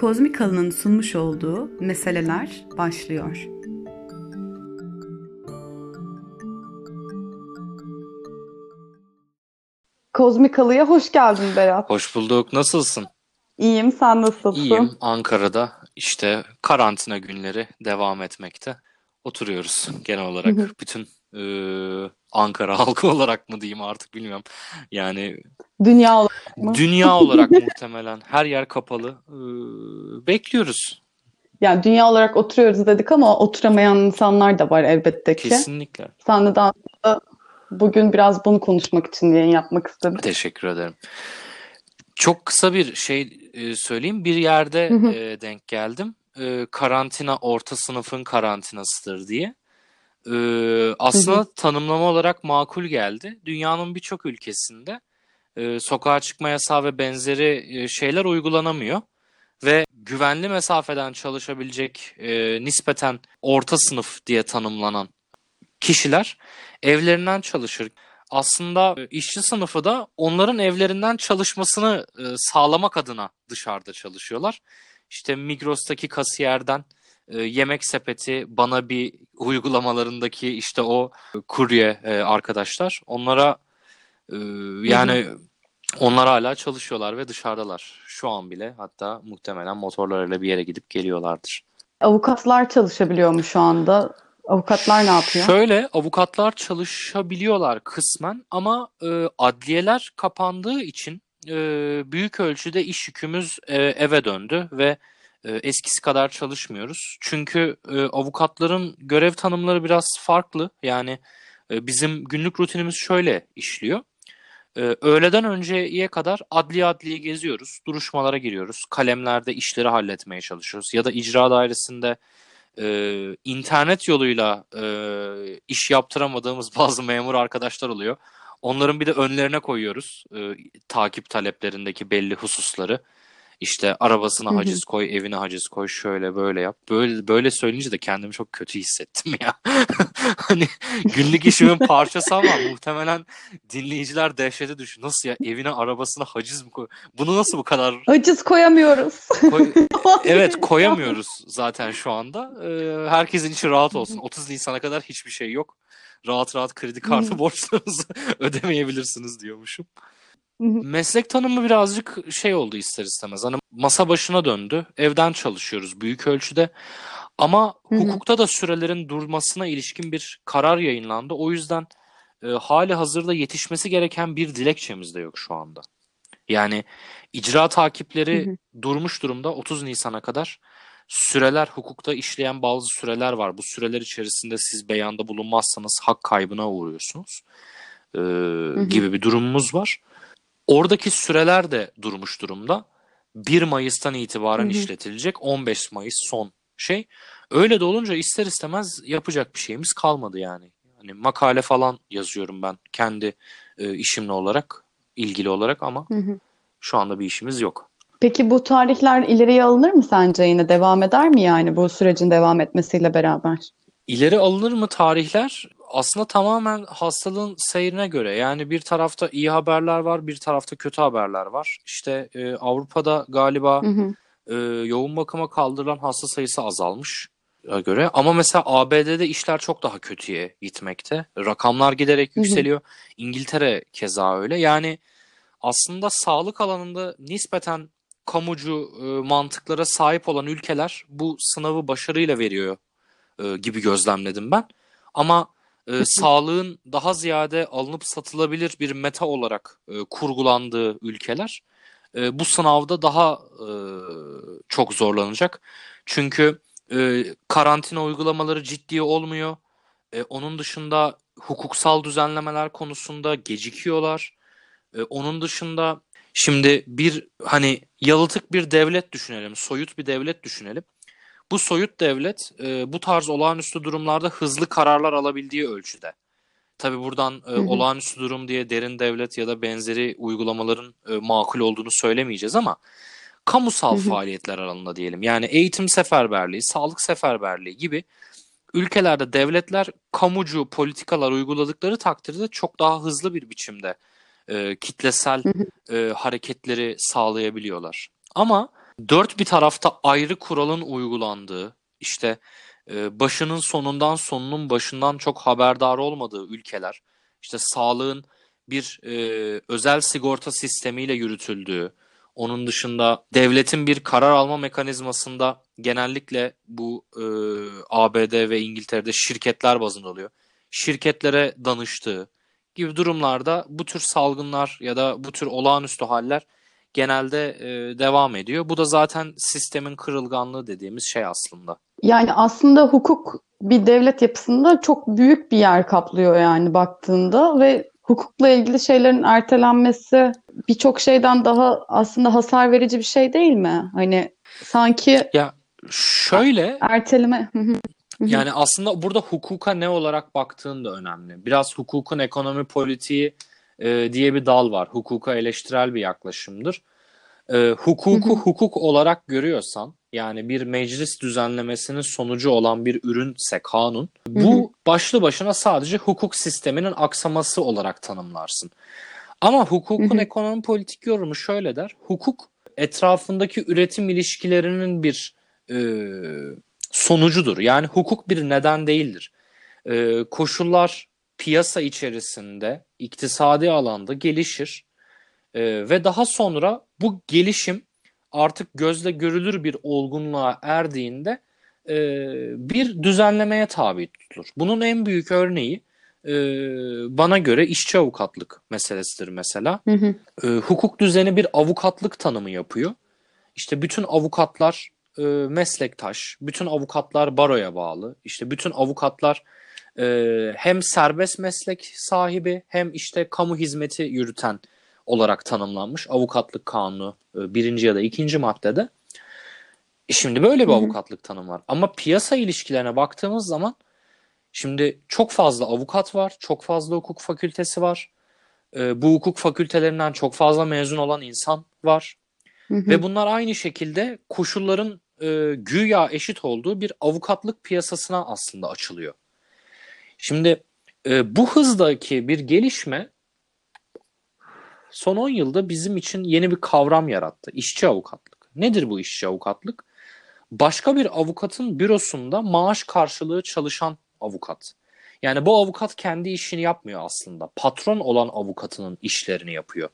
Kozmik Alan'ın sunmuş olduğu meseleler başlıyor. Kozmik Halı'ya hoş geldin Berat. Hoş bulduk. Nasılsın? İyiyim, sen İyiyim. nasılsın? Ankara'da işte karantina günleri devam etmekte. Oturuyoruz genel olarak. Bütün Ankara halkı olarak mı diyeyim artık bilmiyorum. Yani Dünya olarak mı? dünya olarak muhtemelen her yer kapalı. Bekliyoruz. Yani dünya olarak oturuyoruz dedik ama oturamayan insanlar da var elbette ki. Kesinlikle. Senle de aslında bugün biraz bunu konuşmak için yayın yapmak istedik. Teşekkür ederim. Çok kısa bir şey söyleyeyim. Bir yerde denk geldim. Karantina orta sınıfın karantinasıdır diye. Aslında tanımlama olarak makul geldi. Dünyanın birçok ülkesinde sokağa çıkma yasağı ve benzeri şeyler uygulanamıyor. Ve güvenli mesafeden çalışabilecek nispeten orta sınıf diye tanımlanan kişiler evlerinden çalışır. Aslında işçi sınıfı da onların evlerinden çalışmasını sağlamak adına dışarıda çalışıyorlar. İşte Migros'taki kasiyerden yemek sepeti, bana bir uygulamalarındaki işte o kurye arkadaşlar onlara e, yani onlar hala çalışıyorlar ve dışarıdalar. Şu an bile hatta muhtemelen motorlarıyla bir yere gidip geliyorlardır. Avukatlar çalışabiliyor mu şu anda? Avukatlar ne yapıyor? Şöyle avukatlar çalışabiliyorlar kısmen ama adliyeler kapandığı için büyük ölçüde iş yükümüz eve döndü ve eskisi kadar çalışmıyoruz. Çünkü avukatların görev tanımları biraz farklı. Yani bizim günlük rutinimiz şöyle işliyor. Öğleden önceye kadar adliye geziyoruz, duruşmalara giriyoruz, kalemlerde işleri halletmeye çalışıyoruz ya da icra dairesinde internet yoluyla iş yaptıramadığımız bazı memur arkadaşlar oluyor. Onların bir de önlerine koyuyoruz takip taleplerindeki belli hususları. İşte arabasına haciz koy, evine haciz koy, şöyle böyle yap. Böyle söyleyince de kendimi çok kötü hissettim ya. Hani günlük işimin parçası ama muhtemelen dinleyiciler dehşete düşüyor. Nasıl ya, evine arabasına haciz mi koy? Bunu nasıl bu kadar Haciz koyamıyoruz. koy... Evet, Hayır ya. koyamıyoruz zaten şu anda. Herkesin içi rahat olsun. 30 Nisan'a kadar hiçbir şey yok. Rahat rahat kredi kartı borçlarınızı ödemeyebilirsiniz diyormuşum. Meslek tanımı birazcık şey oldu ister istemez. Hani masa başına döndü. Evden çalışıyoruz büyük ölçüde. Ama hukukta da sürelerin durmasına ilişkin bir karar yayınlandı. O yüzden hali hazırda yetişmesi gereken bir dilekçemiz de yok şu anda. Yani icra takipleri durmuş durumda 30 Nisan'a kadar. Süreler, hukukta işleyen bazı süreler var. Bu süreler içerisinde siz beyanda bulunmazsanız hak kaybına uğruyorsunuz gibi bir durumumuz var. Oradaki süreler de durmuş durumda. 1 Mayıs'tan itibaren işletilecek. 15 Mayıs son şey. Öyle de olunca ister istemez yapacak bir şeyimiz kalmadı yani. Hani makale falan yazıyorum ben kendi işimle olarak, ilgili olarak ama şu anda bir işimiz yok. Peki bu tarihler ileriye alınır mı sence yine? Devam eder mi yani bu sürecin devam etmesiyle beraber? İleri alınır mı tarihler? Aslında tamamen hastalığın seyrine göre. Yani bir tarafta iyi haberler var, bir tarafta kötü haberler var. İşte Avrupa'da galiba yoğun bakıma kaldırılan hasta sayısı azalmış göre. Ama mesela ABD'de işler çok daha kötüye gitmekte. Rakamlar giderek yükseliyor. İngiltere keza öyle. Yani aslında sağlık alanında nispeten kamucu mantıklara sahip olan ülkeler bu sınavı başarıyla veriyor gibi gözlemledim ben. Ama sağlığın daha ziyade alınıp satılabilir bir meta olarak kurgulandığı ülkeler bu sınavda daha çok zorlanacak. Çünkü karantina uygulamaları ciddiye olmuyor. Onun dışında hukuksal düzenlemeler konusunda gecikiyorlar. Onun dışında şimdi bir hani yalıtık bir devlet düşünelim, soyut bir devlet düşünelim. Bu soyut devlet bu tarz olağanüstü durumlarda hızlı kararlar alabildiği ölçüde. Tabii buradan olağanüstü durum diye derin devlet ya da benzeri uygulamaların makul olduğunu söylemeyeceğiz ama kamusal faaliyetler alanında diyelim. Yani eğitim seferberliği, sağlık seferberliği gibi ülkelerde devletler kamucu politikalar uyguladıkları takdirde çok daha hızlı bir biçimde kitlesel hareketleri sağlayabiliyorlar. Ama Dört bir tarafta ayrı kuralın uygulandığı, işte başının sonundan sonunun başından çok haberdar olmadığı ülkeler, işte sağlığın bir özel sigorta sistemiyle yürütüldüğü, onun dışında devletin bir karar alma mekanizmasında genellikle bu ABD ve İngiltere'de şirketler bazında oluyor. Şirketlere danıştığı gibi durumlarda bu tür salgınlar ya da bu tür olağanüstü haller genelde devam ediyor. Bu da zaten sistemin kırılganlığı dediğimiz şey aslında. Yani aslında hukuk bir devlet yapısında çok büyük bir yer kaplıyor yani baktığında ve hukukla ilgili şeylerin ertelenmesi birçok şeyden daha aslında hasar verici bir şey değil mi? Hani sanki Ya şöyle, erteleme. yani aslında burada hukuka ne olarak baktığın da önemli. Biraz hukukun ekonomi politiği diye bir dal var. Hukuka eleştirel bir yaklaşımdır. Hukuku hukuk olarak görüyorsan, yani bir meclis düzenlemesinin sonucu olan bir ürünse kanun, bu başlı başına sadece hukuk sisteminin aksaması olarak tanımlarsın. Ama hukukun ekonomi politik yorumu şöyle der: hukuk etrafındaki üretim ilişkilerinin bir e, sonucudur. Yani hukuk bir neden değildir. Koşullar piyasa içerisinde, iktisadi alanda gelişir. Ve daha sonra bu gelişim artık gözle görülür bir olgunluğa erdiğinde e, bir düzenlemeye tabi tutulur. Bunun en büyük örneği bana göre işçi avukatlık meselesidir mesela. Hukuk düzeni bir avukatlık tanımı yapıyor. İşte bütün avukatlar meslektaş, bütün avukatlar baroya bağlı, işte bütün avukatlar hem serbest meslek sahibi hem işte kamu hizmeti yürüten olarak tanımlanmış avukatlık kanunu birinci ya da ikinci maddede. Şimdi böyle bir avukatlık tanımı var. Ama piyasa ilişkilerine baktığımız zaman şimdi çok fazla avukat var, çok fazla hukuk fakültesi var. Bu hukuk fakültelerinden çok fazla mezun olan insan var. Ve bunlar aynı şekilde koşulların güya eşit olduğu bir avukatlık piyasasına aslında açılıyor. Şimdi bu hızdaki bir gelişme son 10 yılda bizim için yeni bir kavram yarattı. İşçi avukatlık. Nedir bu işçi avukatlık? Başka bir avukatın bürosunda maaş karşılığı çalışan avukat. Yani bu avukat kendi işini yapmıyor aslında. Patron olan avukatının işlerini yapıyor.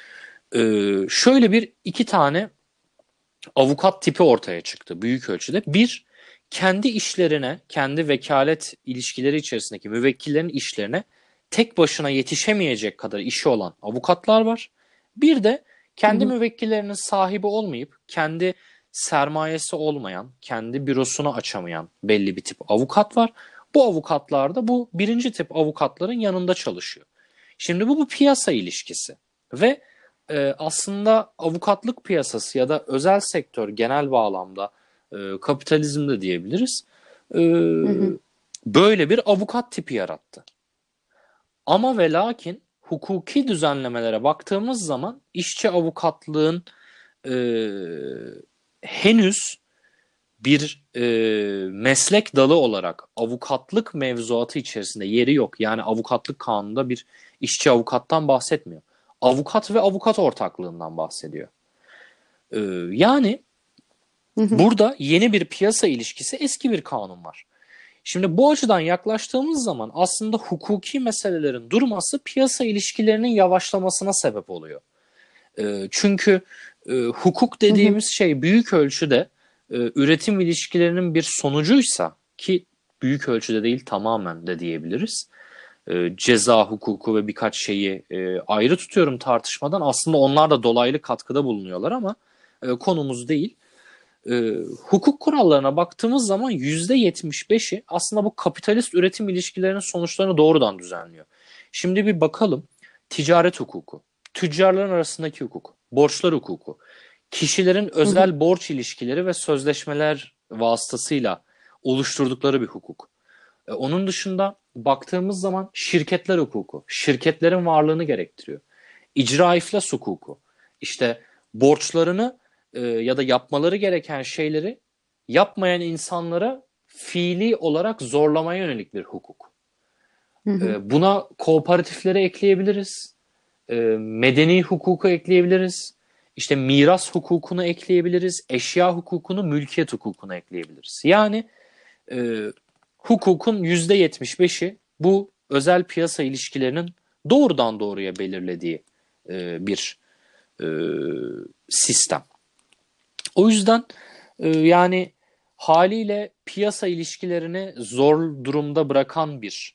Şöyle iki tane avukat tipi ortaya çıktı büyük ölçüde. Bir, kendi işlerine, kendi vekalet ilişkileri içerisindeki müvekkillerin işlerine tek başına yetişemeyecek kadar işi olan avukatlar var. Bir de kendi müvekkillerinin sahibi olmayıp kendi sermayesi olmayan, kendi bürosunu açamayan belli bir tip avukat var. Bu avukatlar da bu birinci tip avukatların yanında çalışıyor. Şimdi bu piyasa ilişkisi ve aslında avukatlık piyasası ya da özel sektör genel bağlamda kapitalizm de diyebiliriz. Böyle bir avukat tipi yarattı. Ama ve lakin hukuki düzenlemelere baktığımız zaman işçi avukatlığın henüz bir meslek dalı olarak avukatlık mevzuatı içerisinde yeri yok. Yani avukatlık kanununda bir işçi avukattan bahsetmiyor. Avukat ve avukat ortaklığından bahsediyor. Yani burada yeni bir piyasa ilişkisi, eski bir kanun var. Şimdi bu açıdan yaklaştığımız zaman aslında hukuki meselelerin durması piyasa ilişkilerinin yavaşlamasına sebep oluyor. Çünkü hukuk dediğimiz şey büyük ölçüde üretim ilişkilerinin bir sonucuysa, ki büyük ölçüde değil tamamen de diyebiliriz. Ceza hukuku ve birkaç şeyi ayrı tutuyorum tartışmadan. Aslında onlar da dolaylı katkıda bulunuyorlar ama konumuz değil. Hukuk kurallarına baktığımız zaman %75'i aslında bu kapitalist üretim ilişkilerinin sonuçlarını doğrudan düzenliyor. Şimdi bir bakalım. Ticaret hukuku, tüccarların arasındaki hukuk, borçlar hukuku, kişilerin özel borç ilişkileri ve sözleşmeler vasıtasıyla oluşturdukları bir hukuk. Onun dışında baktığımız zaman şirketler hukuku, şirketlerin varlığını gerektiriyor. İcra iflas hukuku, işte borçlarını ya da yapmaları gereken şeyleri yapmayan insanlara fiili olarak zorlamaya yönelik bir hukuk. Buna kooperatifleri ekleyebiliriz, medeni hukuku ekleyebiliriz, işte miras hukukunu ekleyebiliriz, eşya hukukunu, mülkiyet hukukunu ekleyebiliriz. Yani hukukun %75'i bu özel piyasa ilişkilerinin doğrudan doğruya belirlediği bir sistem. O yüzden yani haliyle piyasa ilişkilerini zor durumda bırakan bir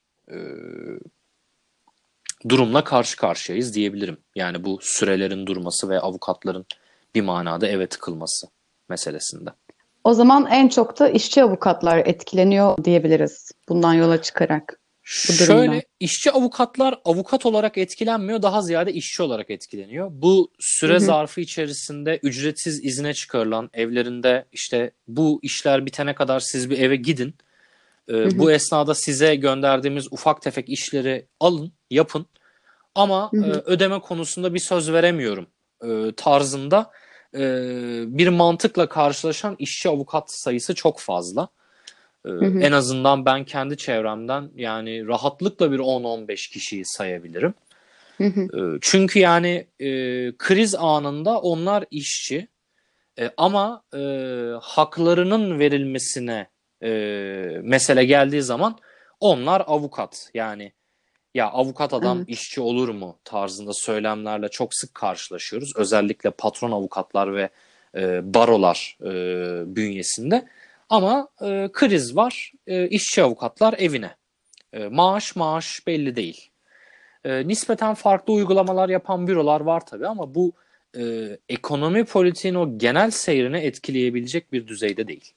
durumla karşı karşıyayız diyebilirim. Yani bu sürelerin durması ve avukatların bir manada eve tıkılması meselesinde. O zaman en çok da işçi avukatlar etkileniyor diyebiliriz bundan yola çıkarak bu durumdan. Şöyle, işçi avukatlar avukat olarak etkilenmiyor, daha ziyade işçi olarak etkileniyor. Bu süre zarfı içerisinde ücretsiz izne çıkarılan, evlerinde işte bu işler bitene kadar siz bir eve gidin. Bu esnada size gönderdiğimiz ufak tefek işleri alın, yapın. Ama ödeme konusunda bir söz veremiyorum tarzında bir mantıkla karşılaşan işçi avukat sayısı çok fazla. En azından ben kendi çevremden yani rahatlıkla bir 10-15 kişiyi sayabilirim. Çünkü yani kriz anında onlar işçi ama haklarının verilmesine mesele geldiği zaman onlar avukat. Yani ya avukat adam Evet. işçi olur mu tarzında söylemlerle çok sık karşılaşıyoruz. Özellikle patron avukatlar ve barolar bünyesinde. Ama kriz var. İşçi avukatlar evine. Maaş belli değil. Nispeten farklı uygulamalar yapan bürolar var tabii ama bu ekonomi politiğin o genel seyrini etkileyebilecek bir düzeyde değil.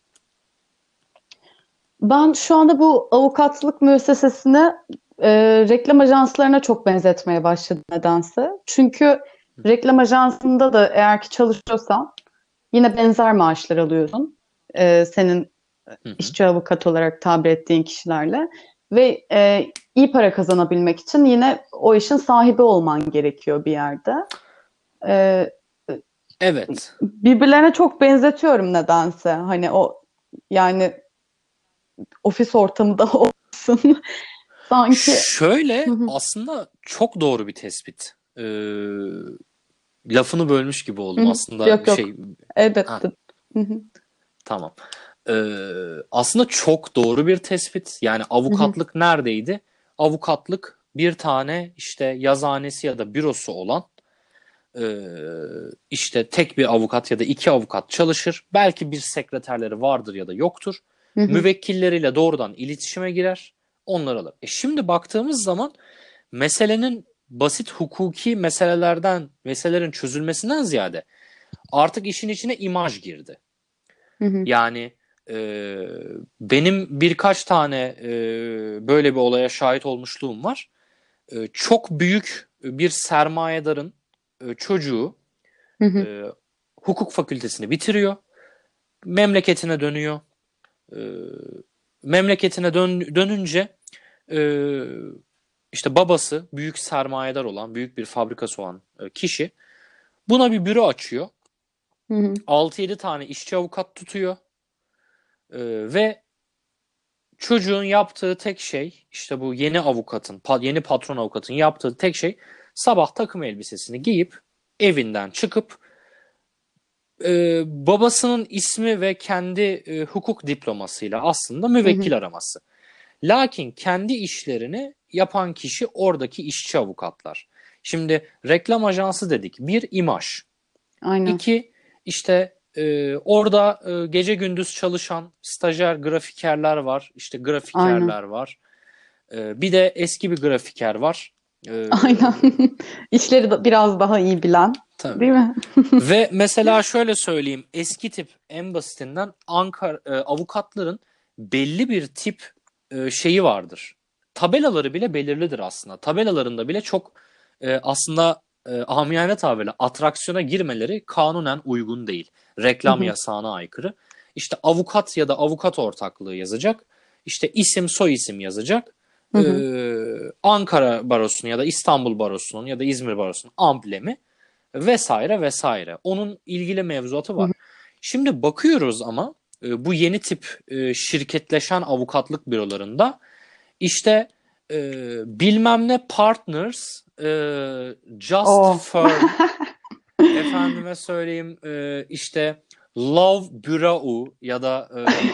Ben şu anda bu avukatlık müessesesini reklam ajanslarına çok benzetmeye başladım nedense. Çünkü reklam ajansında da eğer ki çalışıyorsan yine benzer maaşlar alıyorsun. Senin işçi avukat olarak tabir ettiğin kişilerle. Ve iyi para kazanabilmek için yine o işin sahibi olman gerekiyor bir yerde. Evet. Birbirlerine çok benzetiyorum nedense. Hani o yani ofis ortamı da olsun. Sanki Şöyle aslında çok doğru bir tespit. Lafını bölmüş gibi oldum aslında yok yok. Elbette. Ha, tamam. Aslında çok doğru bir tespit. Yani avukatlık neredeydi? Avukatlık bir tane işte yazıhanesi ya da bürosu olan işte tek bir avukat ya da iki avukat çalışır. Belki bir sekreterleri vardır ya da yoktur. Müvekkilleriyle doğrudan iletişime girer. Onları alır. Şimdi baktığımız zaman meselenin basit hukuki meselelerin çözülmesinden ziyade artık işin içine imaj girdi. Yani benim birkaç tane böyle bir olaya şahit olmuşluğum var. Çok büyük bir sermayedarın çocuğu hukuk fakültesini bitiriyor. Memleketine dönüyor. Memleketine dönünce işte babası büyük sermayedar olan, büyük bir fabrikası olan kişi buna bir büro açıyor. 6-7 tane işçi avukat tutuyor. Ve çocuğun yaptığı tek şey işte bu yeni patron avukatın yaptığı tek şey sabah takım elbisesini giyip evinden çıkıp babasının ismi ve kendi hukuk diplomasıyla aslında müvekkil araması. Lakin kendi işlerini yapan kişi oradaki işçi avukatlar. Şimdi reklam ajansı dedik. Bir, imaj. Aynen. İki, işte orada gece gündüz çalışan stajyer grafikerler var. İşte grafikerler var. Bir de eski bir grafiker var. Aynen. İşleri de biraz daha iyi bilen. Tabii. Değil mi? Ve mesela şöyle söyleyeyim. Eski tip en basitinden avukatların belli bir tip şeyi vardır. Tabelaları bile belirlidir aslında. Tabelalarında bile çok aslında amiyane tabirle atraksiyona girmeleri kanunen uygun değil. Reklam yasağına aykırı. İşte avukat ya da avukat ortaklığı yazacak. İşte isim soy isim yazacak. Ankara Barosu'nun ya da İstanbul Barosu'nun ya da İzmir Barosu'nun amblemi vesaire vesaire. Onun ilgili mevzuatı var. Şimdi bakıyoruz ama bu yeni tip şirketleşen avukatlık bürolarında işte bilmem ne partners just firm efendime söyleyeyim işte Law Bureau ya da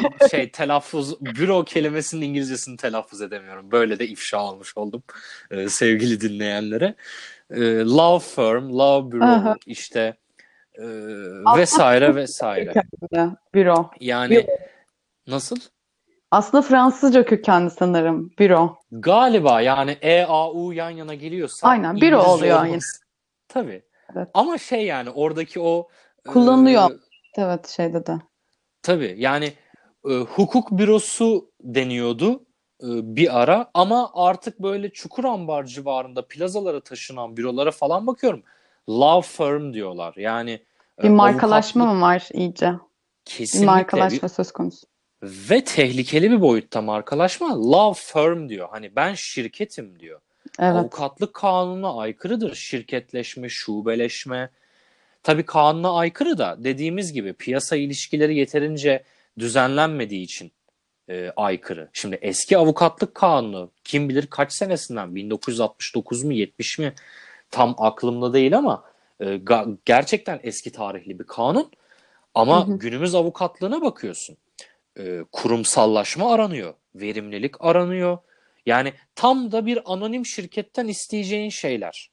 büro kelimesinin İngilizcesini telaffuz edemiyorum. Böyle de ifşa olmuş oldum sevgili dinleyenlere. Law Firm, Law Aha. Bureau işte Aslında vesaire vesaire. kökenli büro. Yani Büro. nasıl? Aslında Fransızca kökenli sanırım büro. Galiba yani E-A-U yan yana geliyorsa Aynen büro İngilizce oluyor yine. olmaz. Tabii. Evet. Ama yani oradaki o e, Kullanılıyor. Evet şeyde de. tabii yani hukuk bürosu deniyordu bir ara ama artık böyle Çukurambar civarında plazalara taşınan bürolara falan bakıyorum. Law firm diyorlar. Yani Bir markalaşma avukatlık mı var iyice? Bir kesinlikle markalaşma söz konusu. ve tehlikeli bir boyutta markalaşma. Law firm diyor. Hani ben şirketim diyor. Evet. Avukatlık kanununa aykırıdır. Şirketleşme, şubeleşme. Tabii kanuna aykırı da dediğimiz gibi piyasa ilişkileri yeterince düzenlenmediği için aykırı. Şimdi eski avukatlık kanunu kim bilir kaç senesinden 1969 mu 70 mi tam aklımda değil ama gerçekten eski tarihli bir kanun. Hı Ama hı. günümüz avukatlığına bakıyorsun. Kurumsallaşma aranıyor. Verimlilik aranıyor. Yani tam da bir anonim şirketten isteyeceğin şeyler.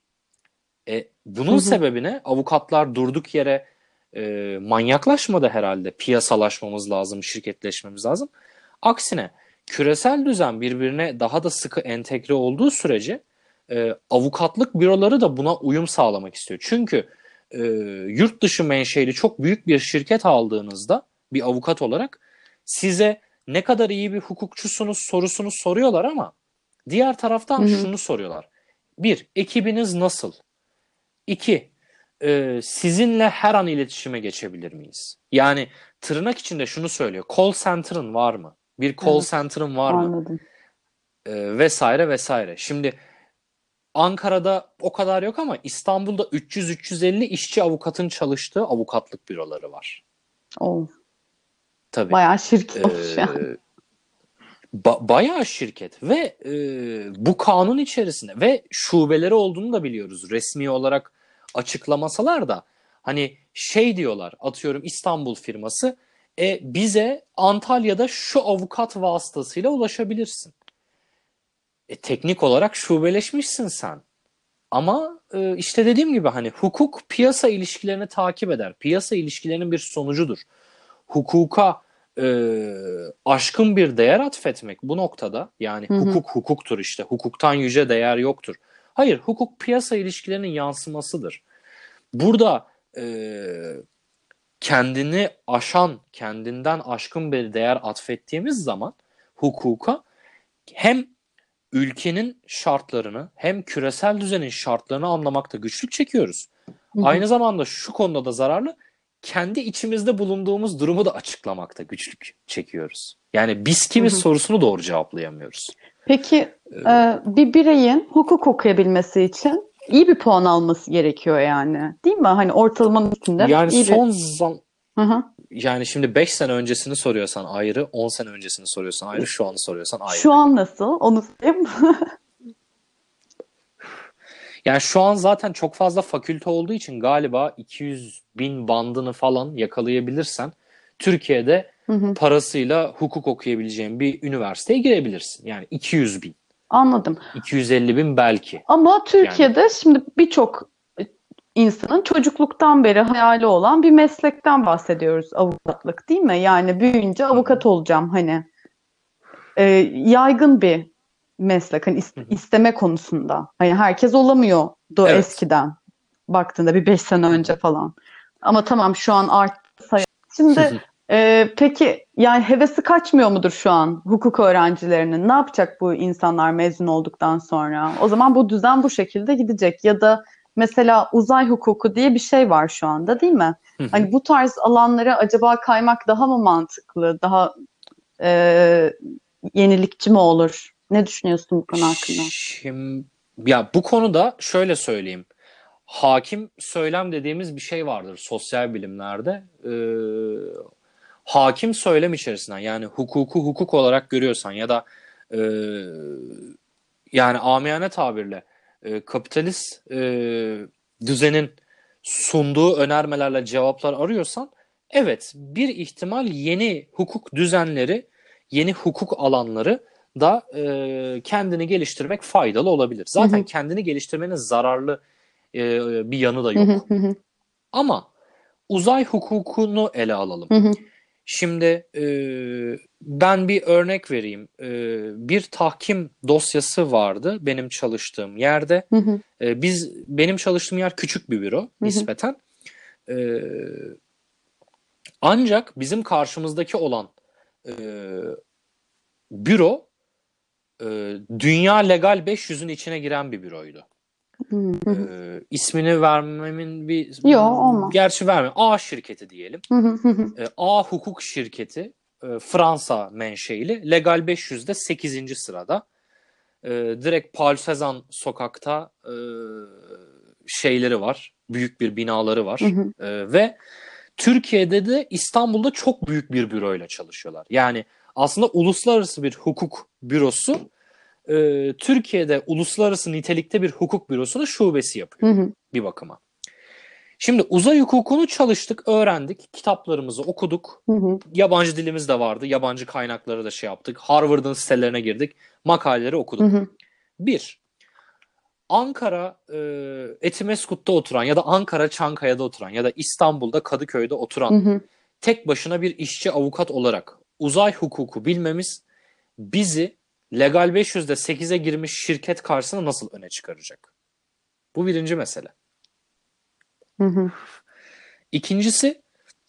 Hı Bunun hı. sebebine avukatlar durduk yere manyaklaşmadı herhalde. Piyasalaşmamız lazım, şirketleşmemiz lazım. Aksine küresel düzen birbirine daha da sıkı entegre olduğu sürece avukatlık büroları da buna uyum sağlamak istiyor. Çünkü yurt dışı menşeli çok büyük bir şirket aldığınızda bir avukat olarak size ne kadar iyi bir hukukçusunuz sorusunu soruyorlar ama diğer Hı taraftan hı. şunu soruyorlar. Bir, ekibiniz nasıl? İki, sizinle her an iletişime geçebilir miyiz? Yani tırnak içinde şunu söylüyor. Call center'ın var mı? Bir call Evet. center'ın var mı? Anladım. Vesaire vesaire. Şimdi Ankara'da o kadar yok ama İstanbul'da 300-350 işçi avukatın çalıştığı avukatlık büroları var. O Tabii. bayağı şirket olmuş yani. Ee, Bayağı şirket ve bu kanun içerisinde ve şubeleri olduğunu da biliyoruz. Resmi olarak açıklamasalar da hani diyorlar atıyorum İstanbul firması bize Antalya'da şu avukat vasıtasıyla ulaşabilirsin. Teknik olarak şubeleşmişsin sen. Ama işte dediğim gibi hani hukuk piyasa ilişkilerini takip eder. Piyasa ilişkilerinin bir sonucudur. Hukuka aşkın bir değer atfetmek bu noktada yani Hı hı. hukuk hukuktur işte. Hukuktan yüce değer yoktur. Hayır, hukuk piyasa ilişkilerinin yansımasıdır. Burada kendini aşan, kendinden aşkın bir değer atfettiğimiz zaman hukuka hem ülkenin şartlarını hem küresel düzenin şartlarını anlamakta güçlük çekiyoruz. Hı hı. Aynı zamanda şu konuda da zararlı, kendi içimizde bulunduğumuz durumu da açıklamakta güçlük çekiyoruz. Yani biz Hı kimiz hı. sorusunu doğru cevaplayamıyoruz. Peki bir bireyin hukuk okuyabilmesi için iyi bir puan alması gerekiyor yani. Değil mi? Hani ortalamanın üstünde Yani iyi bir... Hı hı. yani şimdi 5 sene öncesini soruyorsan ayrı, 10 sene öncesini soruyorsan ayrı, şu anı soruyorsan ayrı. Şu an nasıl? Onu söyleyeyim. Yani şu an zaten çok fazla fakülte olduğu için galiba 200 bin bandını falan yakalayabilirsen Türkiye'de Hı hı. parasıyla hukuk okuyabileceğin bir üniversiteye girebilirsin. Yani 200 bin, Anladım. 250 bin belki. Ama Yani Türkiye'de şimdi birçok insanın çocukluktan beri hayali olan bir meslekten bahsediyoruz, avukatlık değil mi? Yani büyüyünce hı hı, avukat olacağım hani. Yaygın bir meslek hani hı hı. isteme konusunda. Hani herkes olamıyordu Evet. eskiden baktığında bir 5 sene Hı önce hı. falan. Ama tamam şu an arttı sayı. Şimdi peki yani hevesi kaçmıyor mudur şu an hukuk öğrencilerinin? Ne yapacak bu insanlar mezun olduktan sonra? O zaman bu düzen bu şekilde gidecek. Ya da mesela uzay hukuku diye bir şey var şu anda değil mi? Hı hı. Hani bu tarz alanlara acaba kaymak daha mı mantıklı, daha e, yenilikçi mi olur? Ne düşünüyorsun bu konu hakkında? Şimdi ya bu konuda şöyle söyleyeyim. Hakim söylem dediğimiz bir şey vardır sosyal bilimlerde. Hakim söylem içerisinden yani hukuku hukuk olarak görüyorsan ya da e, yani amiyane tabirle kapitalist düzenin sunduğu önermelerle cevaplar arıyorsan, evet, bir ihtimal yeni hukuk düzenleri, yeni hukuk alanları da kendini geliştirmek faydalı olabilir. Hı Zaten hı. kendini geliştirmenin zararlı bir yanı da Hı hı. yok. Hı hı. Ama uzay hukukunu ele alalım. Hı hı. Şimdi ben bir örnek vereyim. Bir tahkim dosyası vardı benim çalıştığım yerde. Hı hı. Benim çalıştığım yer küçük bir büro Hı hı. nispeten. E, Ancak bizim karşımızdaki olan e, büro Dünya Legal 500'ün içine giren bir büroydu. Hı hı. İsmini vermemin bir Yo, olmaz. gerçi vermem. A şirketi diyelim. Hı hı. Hı hı. A hukuk şirketi, Fransa menşeili, Legal 500'de 8. sırada. Direkt Paul Cézanne sokakta şeyleri var. Büyük bir binaları Hı var. hı. Ve Türkiye'de de İstanbul'da çok büyük bir büroyla çalışıyorlar. Yani aslında uluslararası bir hukuk bürosu, Türkiye'de uluslararası nitelikte bir hukuk bürosunun şubesi yapıyor Hı hı. bir bakıma. Şimdi uzay hukukunu çalıştık, öğrendik, kitaplarımızı okuduk. Hı hı. Yabancı dilimiz de vardı, yabancı kaynakları da şey yaptık. Harvard'ın sitelerine girdik, makaleleri Hı okuduk. hı. Bir, Ankara Etimeskut'ta oturan ya da Ankara Çankaya'da oturan ya da İstanbul'da Kadıköy'de Hı oturan hı. tek başına bir işçi avukat olarak uzay hukuku bilmemiz bizi Legal 500'de 8'e girmiş şirket karşısında nasıl öne çıkaracak? Bu birinci mesele. Hı hı. İkincisi,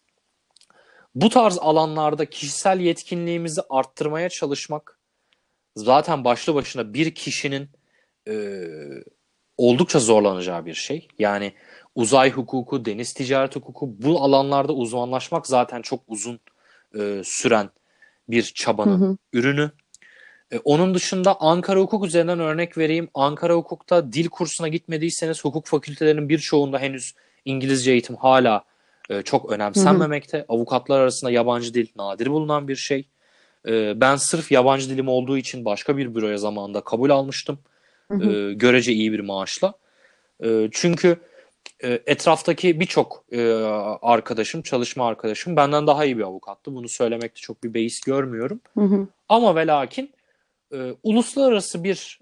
bu tarz alanlarda kişisel yetkinliğimizi arttırmaya çalışmak zaten başlı başına bir kişinin e, oldukça zorlanacağı bir şey. Yani uzay hukuku, deniz ticaret hukuku, bu alanlarda uzmanlaşmak zaten çok uzun süren bir Hı çabanın hı. ürünü. Onun dışında Ankara Hukuk üzerinden örnek vereyim. Ankara Hukuk'ta dil kursuna gitmediyseniz hukuk fakültelerinin birçoğunda henüz İngilizce eğitim hala çok Hı hı. önemsenmemekte. Avukatlar arasında yabancı dil nadir bulunan bir şey. Ben sırf yabancı dilim olduğu için başka bir büroya zamanında kabul almıştım. Hı hı. Görece iyi bir maaşla. Çünkü etraftaki birçok arkadaşım, çalışma arkadaşım benden daha iyi bir avukattı. Bunu söylemekte çok bir beis görmüyorum. Hı hı. Ama ve lakin uluslararası bir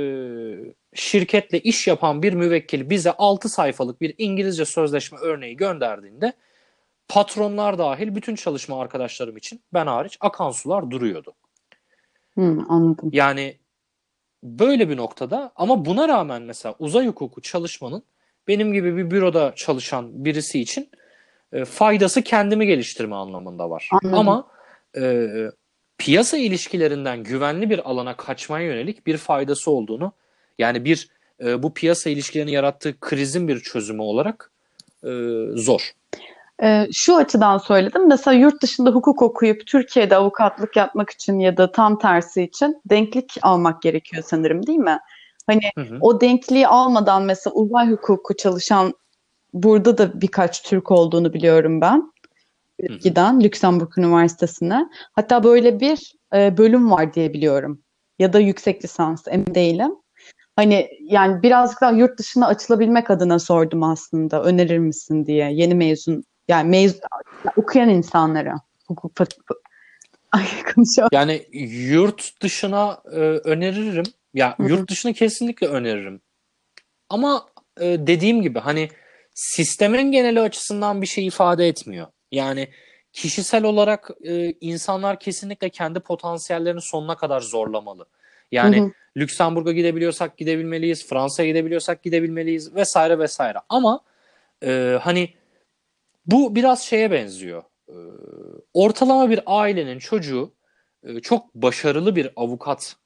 şirketle iş yapan bir müvekkil bize 6 sayfalık bir İngilizce sözleşme örneği gönderdiğinde patronlar dahil bütün çalışma arkadaşlarım için, ben hariç, akan sular duruyordu. Hı, anladım. Yani böyle bir noktada, ama buna rağmen mesela uzay hukuku çalışmanın benim gibi bir büroda çalışan birisi için faydası kendimi geliştirme anlamında var. Anladım. Ama e, piyasa ilişkilerinden güvenli bir alana kaçmaya yönelik bir faydası olduğunu, yani bu piyasa ilişkilerinin yarattığı krizin bir çözümü olarak zor. Şu açıdan söyledim. Mesela yurt dışında hukuk okuyup Türkiye'de avukatlık yapmak için ya da tam tersi için denklik almak gerekiyor sanırım, değil mi? Hani Hı hı, o denkliği almadan mesela uzay hukuku çalışan burada da birkaç Türk olduğunu biliyorum ben. hı hı. Giden Lüksemburg Üniversitesi'ne. Hatta böyle bir bölüm var diye biliyorum. Ya da yüksek lisans, emin değilim. Hani yani birazcık daha yurt dışına açılabilmek adına sordum aslında. Önerir misin diye. Yeni mezun, yani okuyan insanlara. Hukuk Ay, konuşamadım. Yani yurt dışına öneririm. Ya Hı hı. yurt dışına kesinlikle öneririm. Ama dediğim gibi, hani sistemin geneli açısından bir şey ifade etmiyor. Yani kişisel olarak insanlar kesinlikle kendi potansiyellerini sonuna kadar zorlamalı. Hı Yani hı. Lüksemburg'a gidebiliyorsak gidebilmeliyiz, Fransa'ya gidebiliyorsak gidebilmeliyiz vesaire vesaire. Ama hani bu biraz şeye benziyor. Ortalama bir ailenin çocuğu çok başarılı bir avukat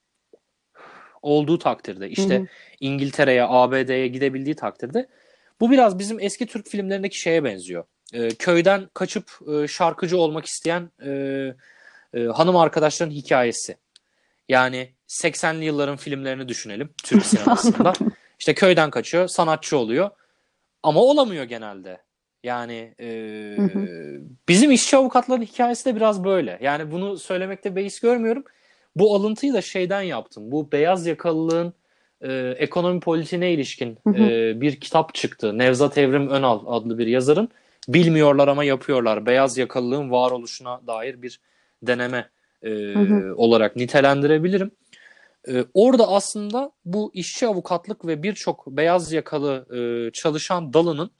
olduğu takdirde, Hı işte hı. İngiltere'ye, ABD'ye gidebildiği takdirde, bu biraz bizim eski Türk filmlerindeki şeye benziyor. Köyden kaçıp şarkıcı olmak isteyen hanım arkadaşların hikayesi. Yani 80'li yılların filmlerini düşünelim Türk sinemasında. Anladım. İşte köyden kaçıyor, sanatçı oluyor ama olamıyor genelde. Yani Hı hı. bizim işçi avukatların hikayesi de biraz böyle. Yani bunu söylemekte beis görmüyorum. Bu alıntıyı da şeyden yaptım. Bu beyaz yakalılığın ekonomi politiğine ilişkin bir kitap çıktı. Nevzat Evrim Önal adlı bir yazarın Bilmiyorlar ama yapıyorlar. Beyaz yakalılığın varoluşuna dair bir deneme olarak nitelendirebilirim. Orada aslında bu işçi avukatlık ve birçok beyaz yakalı çalışan dalının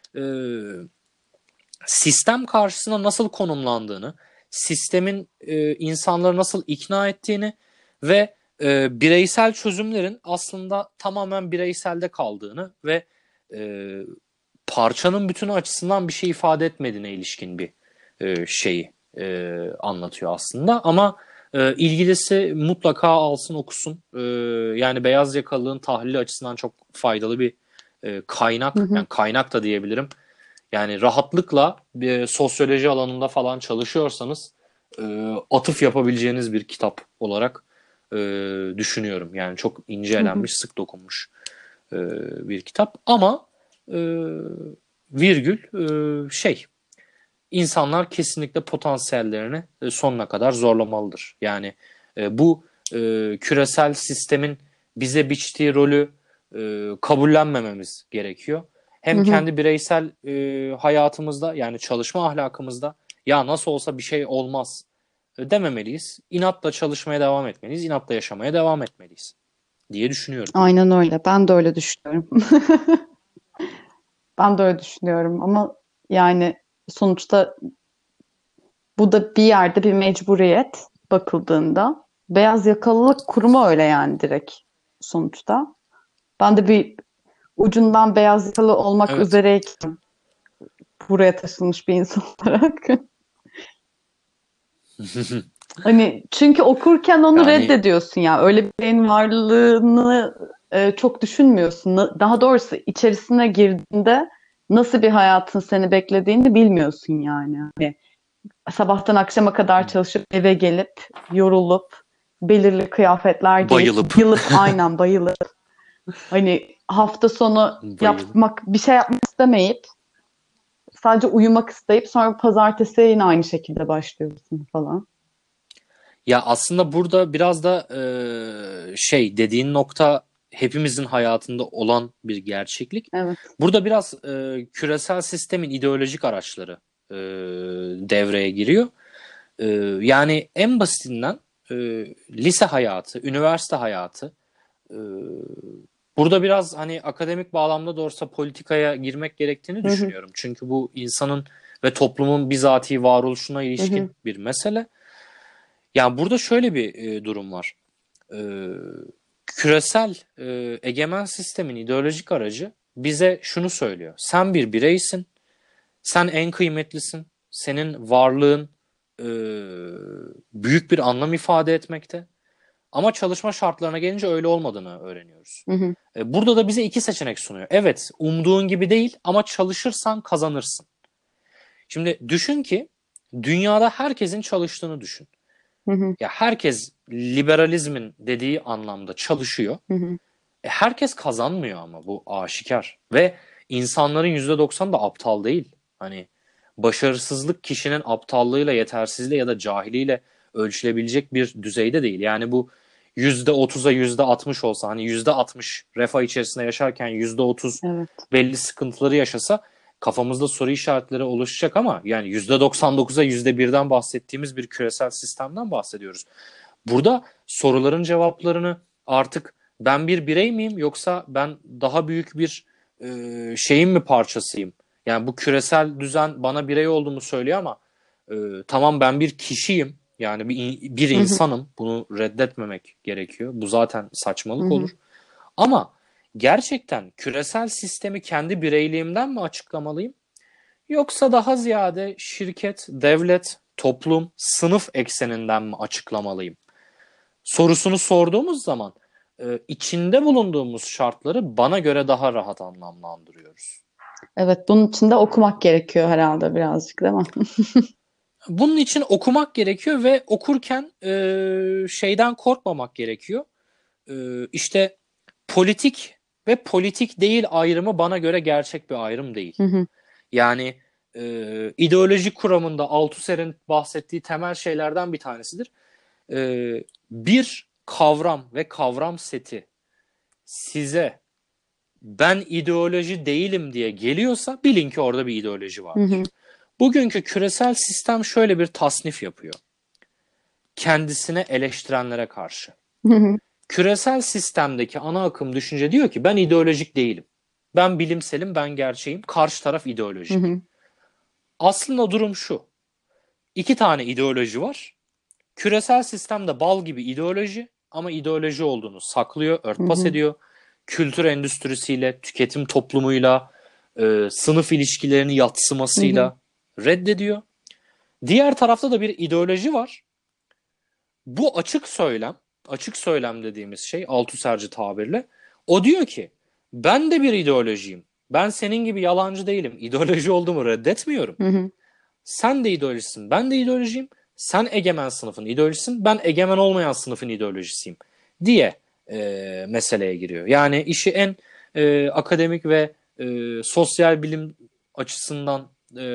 sistem karşısına nasıl konumlandığını, sistemin insanları nasıl ikna ettiğini ve bireysel çözümlerin aslında tamamen bireyselde kaldığını ve parçanın bütünü açısından bir şey ifade etmediğine ilişkin bir şeyi anlatıyor aslında. Ama ilgilisi mutlaka alsın okusun. Yani beyaz yakalılığın tahlili açısından çok faydalı bir kaynak. Yani kaynak da diyebilirim. Yani rahatlıkla sosyoloji alanında falan çalışıyorsanız atıf yapabileceğiniz bir kitap olarak düşünüyorum. Yani çok ince elenmiş, sık dokunmuş bir kitap. Ama virgül insanlar kesinlikle potansiyellerini sonuna kadar zorlamalıdır. Yani bu küresel sistemin bize biçtiği rolü kabullenmememiz gerekiyor. Hem kendi bireysel hayatımızda, yani çalışma ahlakımızda ya nasıl olsa bir şey olmaz dememeliyiz. İnatla çalışmaya devam etmeliyiz. İnatla yaşamaya devam etmeliyiz diye düşünüyorum. Aynen öyle. Ben de öyle düşünüyorum. Ben de öyle düşünüyorum ama yani sonuçta bu da bir yerde bir mecburiyet bakıldığında. Beyaz yakalılık kurumu öyle yani direkt sonuçta. Ben de bir ucundan beyaz yakalı olmak Evet. üzereyken buraya taşınmış bir insan olarak. Hani çünkü okurken onu Yani reddediyorsun ya. Öyle bir şeyin varlığını çok düşünmüyorsun. Daha doğrusu içerisine girdiğinde nasıl bir hayatın seni beklediğini bilmiyorsun yani. Hani sabahtan akşama kadar çalışıp eve gelip yorulup belirli kıyafetler giyip aynen bayılıp hani hafta sonu bir şey yapmak istemeyip sadece uyumak isteyip sonra pazartesi yine aynı şekilde başlıyorsun falan. Ya aslında burada biraz da dediğin nokta hepimizin hayatında olan bir gerçeklik. Evet. Burada biraz küresel sistemin ideolojik araçları devreye giriyor. Yani en basitinden lise hayatı, üniversite hayatı. Burada biraz hani akademik bağlamda da olsa politikaya girmek gerektiğini düşünüyorum. Çünkü bu insanın ve toplumun bizatihi varoluşuna ilişkin bir mesele. Yani burada şöyle bir durum var. Küresel egemen sistemin ideolojik aracı bize şunu söylüyor. Sen bir bireysin, sen en kıymetlisin, senin varlığın büyük bir anlam ifade etmekte. Ama çalışma şartlarına gelince öyle olmadığını öğreniyoruz. Burada da bize iki seçenek sunuyor. Evet, umduğun gibi değil ama çalışırsan kazanırsın. Şimdi düşün ki dünyada herkesin çalıştığını düşün. Ya herkes liberalizmin dediği anlamda çalışıyor. Herkes kazanmıyor ama bu aşikar. Ve insanların %90 da aptal değil. Hani başarısızlık kişinin aptallığıyla, yetersizliğiyle ya da cahiliyle ölçülebilecek bir düzeyde değil. Yani bu %30'a %60 olsa, hani %60 refah içerisinde yaşarken %30 belli sıkıntıları yaşasa kafamızda soru işaretleri oluşacak ama yani %99'a %1'den bahsettiğimiz bir küresel sistemden bahsediyoruz. Burada soruların cevaplarını artık ben bir birey miyim yoksa ben daha büyük bir şeyin mi parçasıyım? Yani bu küresel düzen bana birey olduğumu söylüyor ama tamam ben bir kişiyim. Yani bir insanım. Bunu reddetmemek gerekiyor. Bu zaten saçmalık olur. Ama gerçekten küresel sistemi kendi bireyliğimden mi açıklamalıyım? Yoksa daha ziyade şirket, devlet, toplum, sınıf ekseninden mi açıklamalıyım? Sorusunu sorduğumuz zaman içinde bulunduğumuz şartları bana göre daha rahat anlamlandırıyoruz. Evet, bunun için de okumak gerekiyor herhalde birazcık, değil mi? Bunun için okumak gerekiyor ve okurken şeyden korkmamak gerekiyor. İşte politik ve politik değil ayrımı bana göre gerçek bir ayrım değil. Yani ideolojik kuramında Althusser'in bahsettiği temel şeylerden bir tanesidir. Bir kavram ve kavram seti size ben ideoloji değilim diye geliyorsa bilin ki orada bir ideoloji vardır. Bugünkü küresel sistem şöyle bir tasnif yapıyor. Kendisine eleştirenlere karşı. Küresel sistemdeki ana akım düşünce diyor ki ben ideolojik değilim. Ben bilimselim, ben gerçeğim. Karşı taraf ideolojik. Aslında durum şu. 2 tane ideoloji var. Küresel sistemde bal gibi ideoloji ama ideoloji olduğunu saklıyor, örtbas ediyor. Kültür endüstrisiyle, tüketim toplumuyla, sınıf ilişkilerini yadsımasıyla reddediyor. Diğer tarafta da bir ideoloji var. Bu açık söylem dediğimiz şey Althusser'ci tabirle. O diyor ki ben de bir ideolojiyim. Ben senin gibi yalancı değilim. İdeoloji olduğumu reddetmiyorum. Sen de ideolojisin, ben de ideolojiyim. Sen egemen sınıfın ideolojisin, ben egemen olmayan sınıfın ideolojisiyim diye meseleye giriyor. Yani işi en akademik ve sosyal bilim açısından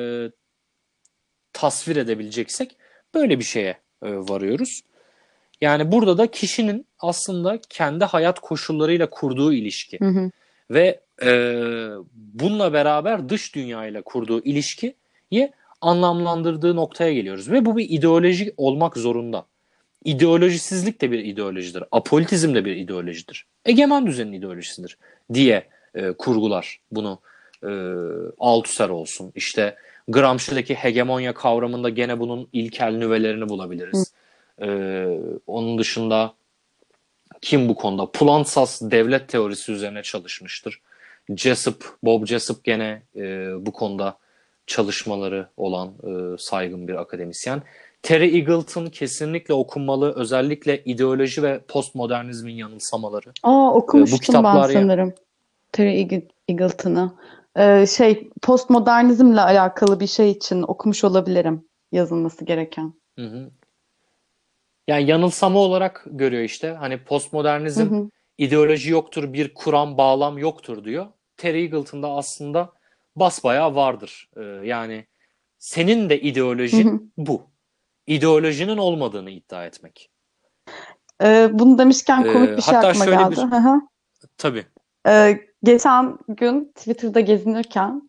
tasvir edebileceksek böyle bir şeye varıyoruz. Yani burada da kişinin aslında kendi hayat koşullarıyla kurduğu ilişki ve bununla beraber dış dünyayla kurduğu ilişkiyi anlamlandırdığı noktaya geliyoruz. Ve bu bir ideoloji olmak zorunda. İdeolojisizlik de bir ideolojidir. Apolitizm de bir ideolojidir. Egemen düzenin ideolojisidir diye kurgular bunu Althusser olsun. İşte Gramsci'deki hegemonya kavramında gene bunun ilkel nüvelerini bulabiliriz. Onun dışında kim bu konuda? Plantsas devlet teorisi üzerine çalışmıştır. Bob Jessup gene bu konuda çalışmaları olan saygın bir akademisyen. Terry Eagleton kesinlikle okunmalı. Özellikle ideoloji ve postmodernizmin yanılsamaları. Okumuştum bu kitaplar ben sanırım Terry Eagleton'ı. Postmodernizmle alakalı bir şey için okumuş olabilirim yazılması gereken. Yani yanılsama olarak görüyor işte. Hani postmodernizm ideoloji yoktur, bir kuram, bağlam yoktur diyor. Terry Eagleton'da aslında basbayağı vardır. Yani senin de ideolojin bu. İdeolojinin olmadığını iddia etmek. Bunu demişken komik bir şey hatta aklıma şöyle geldi. Tabii. Geçen gün Twitter'da gezinirken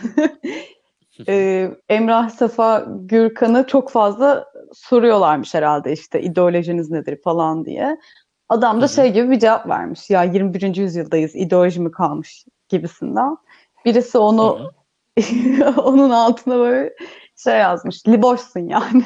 Emrah Safa Gürkan'ı çok fazla soruyorlarmış herhalde işte ideolojiniz nedir falan diye. Adam da şey gibi bir cevap vermiş. Ya 21. yüzyıldayız, ideoloji mi kalmış gibisinden. Birisi onu onun altına böyle şey yazmış. Liboşsun yani.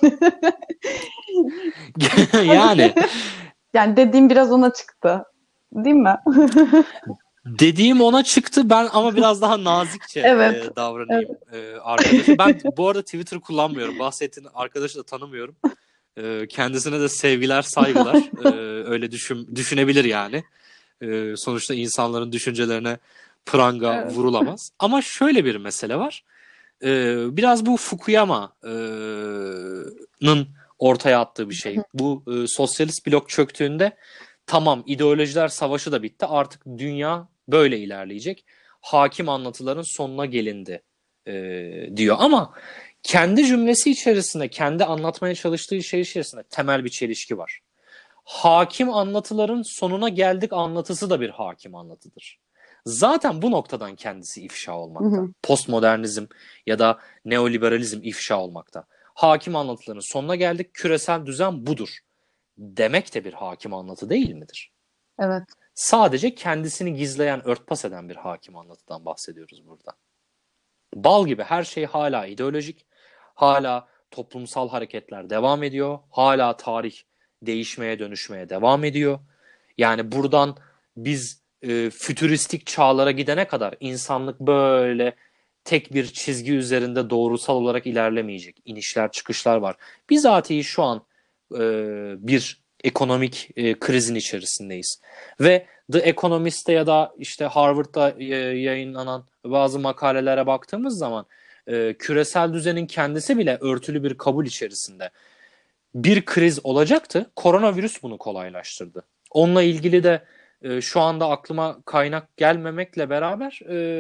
Yani Yani dediğim biraz ona çıktı. Değil mi? dediğim ona çıktı ben ama biraz daha nazikçe Evet. davranayım arkadaşa. Ben bu arada Twitter kullanmıyorum. Bahsettiğin arkadaşı da tanımıyorum. Kendisine de sevgiler, saygılar. Öyle düşünebilir yani. Sonuçta insanların düşüncelerine pranga vurulamaz. Ama şöyle bir mesele var. Biraz bu Fukuyama'nın ortaya attığı bir şey. Bu sosyalist blok çöktüğünde tamam ideolojiler savaşı da bitti. Artık dünya böyle ilerleyecek. Hakim anlatıların sonuna gelindi diyor. Ama kendi cümlesi içerisinde, kendi anlatmaya çalıştığı şey içerisinde temel bir çelişki var. Hakim anlatıların sonuna geldik anlatısı da bir hakim anlatıdır. Zaten bu noktadan kendisi ifşa olmakta. Postmodernizm ya da neoliberalizm ifşa olmakta. Hakim anlatıların sonuna geldik, küresel düzen budur demek de bir hakim anlatı değil midir? Evet. Sadece kendisini gizleyen, örtbas eden bir hakim anlatıdan bahsediyoruz burada. Bal gibi her şey hala ideolojik, hala toplumsal hareketler devam ediyor, hala tarih değişmeye dönüşmeye devam ediyor. Yani buradan biz fütüristik çağlara gidene kadar insanlık böyle tek bir çizgi üzerinde doğrusal olarak ilerlemeyecek. İnişler çıkışlar var. Bizatihi şu an bir ekonomik krizin içerisindeyiz. Ve The Economist'te ya da işte Harvard'da yayınlanan bazı makalelere baktığımız zaman küresel düzenin kendisi bile örtülü bir kabul içerisinde. Bir kriz olacaktı. Koronavirüs bunu kolaylaştırdı. Onunla ilgili de şu anda aklıma kaynak gelmemekle beraber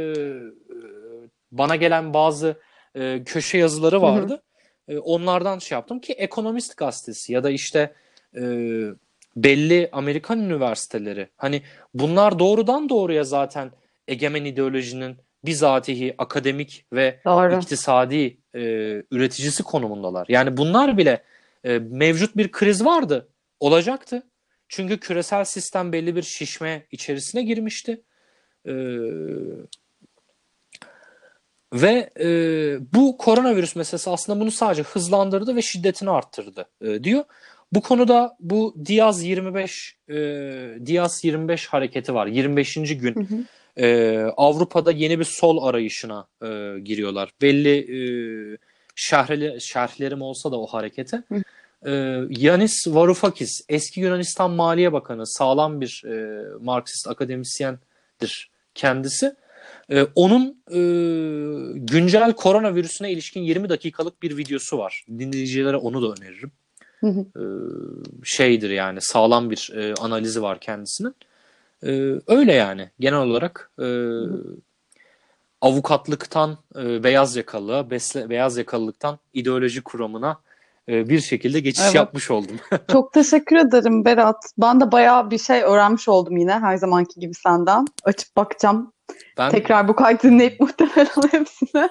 bana gelen bazı köşe yazıları vardı. Onlardan şey yaptım ki Ekonomist gazetesi ya da işte belli Amerikan üniversiteleri. Hani bunlar doğrudan doğruya zaten egemen ideolojinin bizatihi akademik ve Doğru. iktisadi üreticisi konumundalar. Yani bunlar bile mevcut bir kriz vardı. Olacaktı. Çünkü küresel sistem belli bir şişme içerisine girmişti. Ve bu koronavirüs meselesi aslında bunu sadece hızlandırdı ve şiddetini arttırdı diyor. Bu konuda bu Diaz 25 hareketi var. 25. gün Avrupa'da yeni bir sol arayışına giriyorlar. Belli şerhlerim olsa da o harekete. Yanis Varoufakis, eski Yunanistan Maliye Bakanı, sağlam bir Marksist akademisyendir kendisi. Onun güncel koronavirüsüne ilişkin 20 dakikalık bir videosu var. Dinleyicilere onu da öneririm. Şeydir yani, sağlam bir analizi var kendisinin. Öyle yani genel olarak avukatlıktan beyaz yakalılığa, beyaz yakalılıktan ideoloji kuramına bir şekilde geçiş yapmış oldum. Çok teşekkür ederim Berat. Ben de bayağı bir şey öğrenmiş oldum yine her zamanki gibi senden. Açıp bakacağım. Tekrar bu kaydı dinleyip muhtemelen hepsine.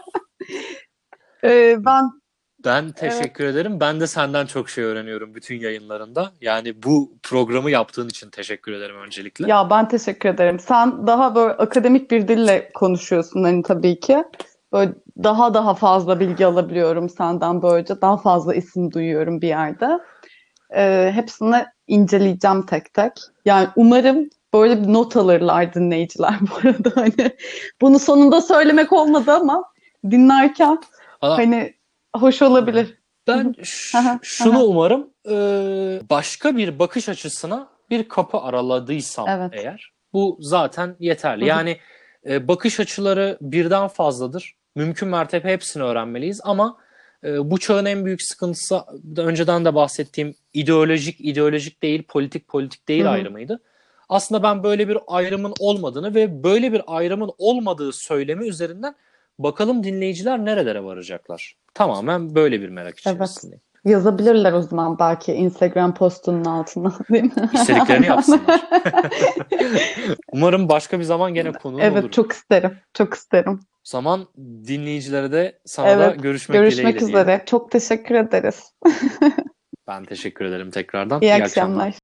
Ben teşekkür ederim. Ben de senden çok şey öğreniyorum bütün yayınlarında. Yani bu programı yaptığın için teşekkür ederim öncelikle. Ya ben teşekkür ederim. Sen daha böyle akademik bir dille konuşuyorsun hani tabii ki. Böyle daha fazla bilgi alabiliyorum senden böylece. Daha fazla isim duyuyorum bir yerde. Hepsini inceleyeceğim tek tek. Yani umarım böyle bir not alırlar dinleyiciler bu arada. Hani bunu sonunda söylemek olmadı ama dinlerken hani hoş olabilir. Ben şunu umarım, başka bir bakış açısına bir kapı araladıysam eğer, bu zaten yeterli. Yani bakış açıları birden fazladır. Mümkün mertebe hepsini öğrenmeliyiz ama bu çağın en büyük sıkıntısı önceden de bahsettiğim ideolojik değil, politik değil ayrımıydı. Aslında ben böyle bir ayrımın olmadığını ve böyle bir ayrımın olmadığı söylemi üzerinden bakalım dinleyiciler nerelere varacaklar. Tamamen böyle bir merak içerisindeyim. Yazabilirler o zaman belki Instagram postunun altına, değil mi? İstediklerini yapsınlar. Umarım başka bir zaman gene konuğum olur. Evet, çok isterim. Çok isterim. O zaman dinleyicilere de sana da görüşmek üzere. Çok teşekkür ederiz. Ben teşekkür ederim tekrardan. İyi akşamlar.